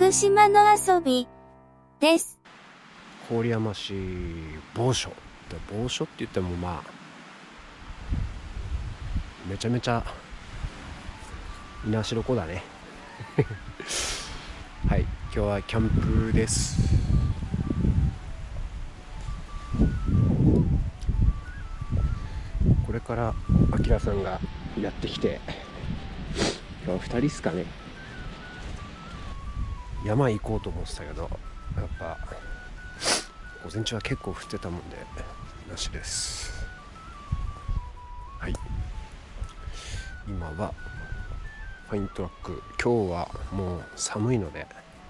福島の遊びです。 郡山市某所で、某所って言ってもまあめちゃめちゃ稲代湖だねはい、今日はキャンプです。これからあきらさんがやってきて、今日は2人っすかね。山行こうと思ってたけど、やっぱ午前中は結構降ってたもんでなしです。はい、今はファイントラック、今日はもう寒いので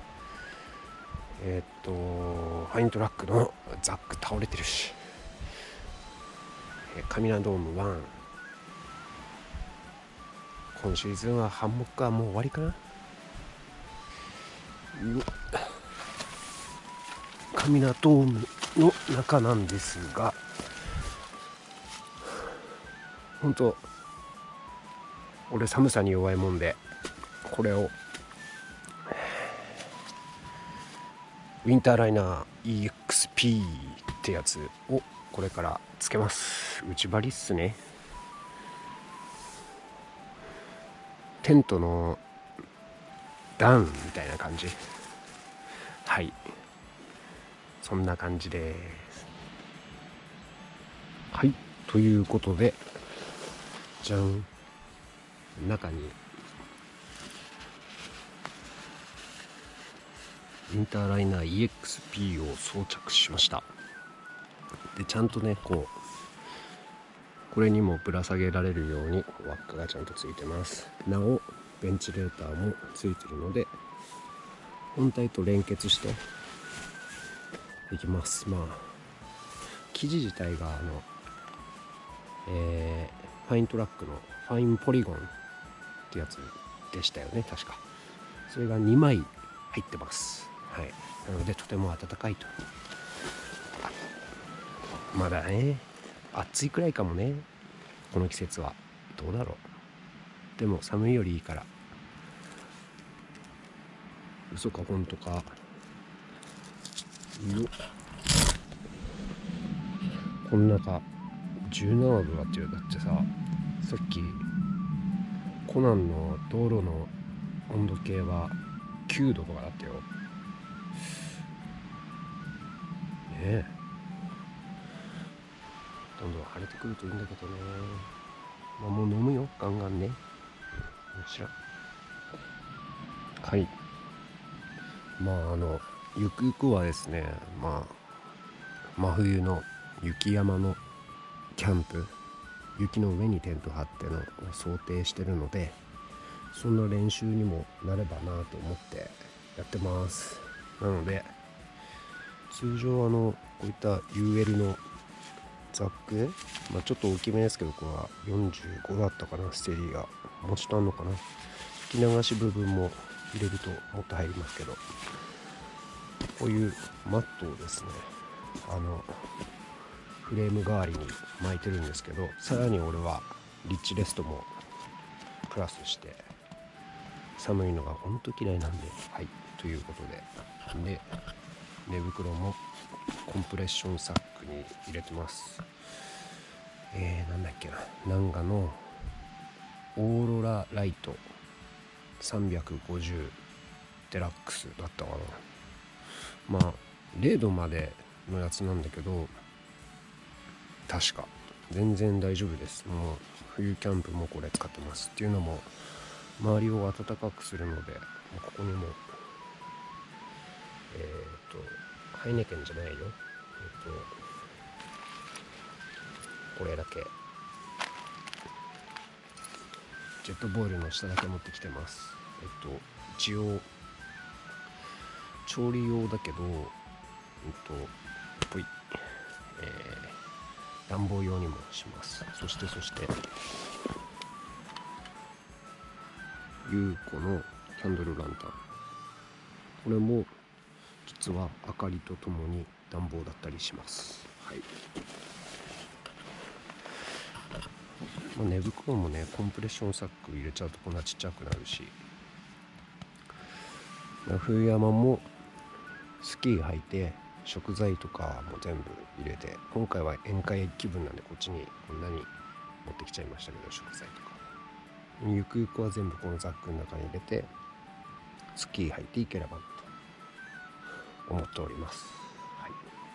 ファイントラックのザック倒れてるし、カミナドーム1、今シーズンはハンモックはもう終わりかな。カミナドームの中なんですが、本当俺寒さに弱いもんで、これをウィンターライナー EXP ってやつをこれからつけます。内張りっすね。テントのダウンみたいな感じ。はい、そんな感じです。はい、ということで、じゃん、中にインターライナー EXP を装着しました。でちゃんとね、これにもぶら下げられるように輪っかがちゃんとついてます。なおベンチレーターもついてるので、本体と連結していきます。まあ生地自体がファイントラックのファインポリゴンってやつでしたよね、確か。それが2枚入ってます。はい、なのでとても暖かいと。まだね、暑いくらいかもね、この季節は。どうだろう。でも寒いよりいいから。嘘か本当か。よっ、この中17度だってよ。だってさ、さっきコナンの道路の温度計は9度とかだったよね。えどんどん晴れてくるといいんだけどね。まあもう飲むよ、ガンガンね。もちろん。はい、まあゆくゆくはですね、まあ真冬の雪山のキャンプ、雪の上にテント張ってのを想定してるので、そんな練習にもなればなと思ってやってます。なので通常こういった UL のザック、ちょっと大きめですけど、これは45だったかな、ステリーがもうちょっとあんのかな。吹き流し部分も入れるともっと入りますけど、こういうマットをですね、フレーム代わりに巻いてるんですけど、さらに俺はリッチレストもプラスして、寒いのがほんと嫌いなんで、はい、ということで、寝袋もコンプレッションサックに入れてます。なんだっけな、ナンガのオーロラライト350デラックスだったかな。まあ0度までのやつなんだけど、確か全然大丈夫です。もう冬キャンプもこれ使ってます。っていうのも周りを暖かくするので、ここにもハイネケンじゃないよ、これだけジェットボールの下だけ持ってきてます。一応調理用だけど、ぽい、暖房用にもします。そしてユーコのキャンドルランタン、これも実は明かりとともに暖房だったりします。はい、寝袋もね、コンプレッションサック入れちゃうとこんなちっちゃくなるし、 冬山もスキー履いて食材とかも全部入れて、今回は宴会気分なんでこっちにこんなに持ってきちゃいましたけど、食材とかゆくゆくは全部このザックの中に入れてスキー履いていければと思っております。はい、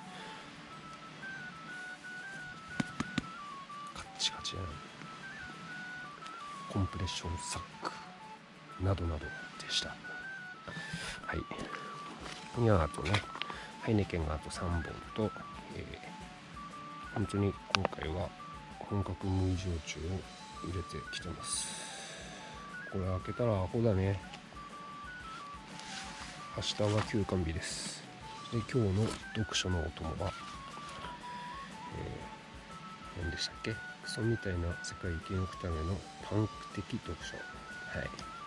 カッチカチやな。コンプレッションサックなどなどでした。はい。いや、あとね、ハイネケンがあと3本と、本当に今回は本格麦焼酎を入れてきてます。これ開けたらアホだね。明日は休館日です。で、今日の読書のお供は、何でしたっけ？クソみたいな世界生き抜くためのパンク的読書。はい。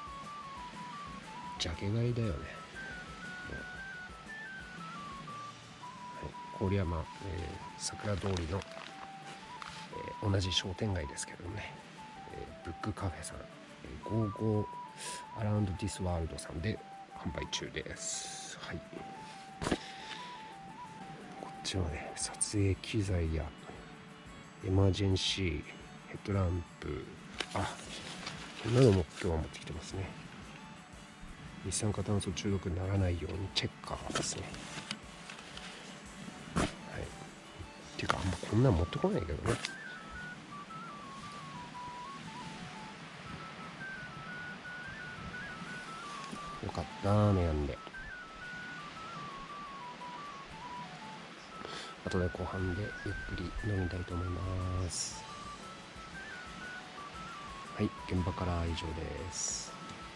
ジャケ買いだよね。郡山、桜通りの、同じ商店街ですけどね、ブックカフェさん、55アラウンドディスワールドさんで販売中です。はい。こっちはね、撮影機材やエマージェンシーヘッドランプ、こんなのも今日は持ってきてますね。二酸化炭素中毒にならないようにチェッカーですね。はい。っていうか、あんまこんなん持ってこないけどね。よかった悩んで。後で後半でゆっくり飲みたいと思います。はい、現場からは以上です。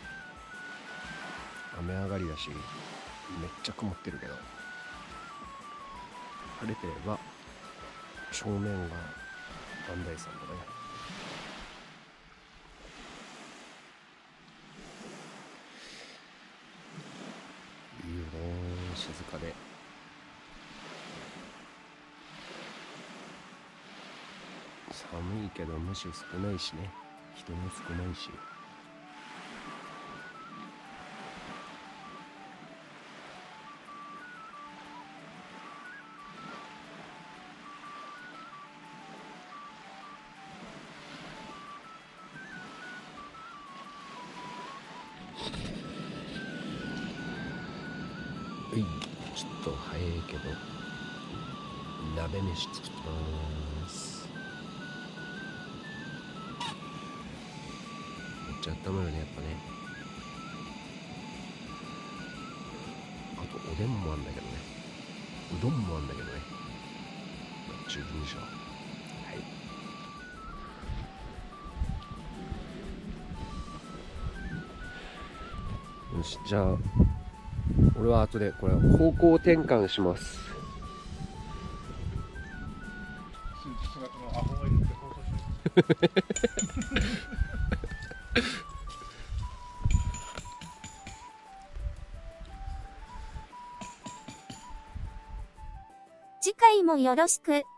雨上がりだし、めっちゃ曇ってるけど、晴れてれば正面が磐梯山だね。いいよね、静かで。寒いけど虫少ないしね、人も少ないし。ちょっと早いけど鍋飯作ってます。めっちゃ温まるね、やっぱね。あとおでんもあんだけどね、うどんもあんだけどね、十分でしょ。はい。よし、じゃあ俺は後でこれ方向転換します。 次回もよろしく。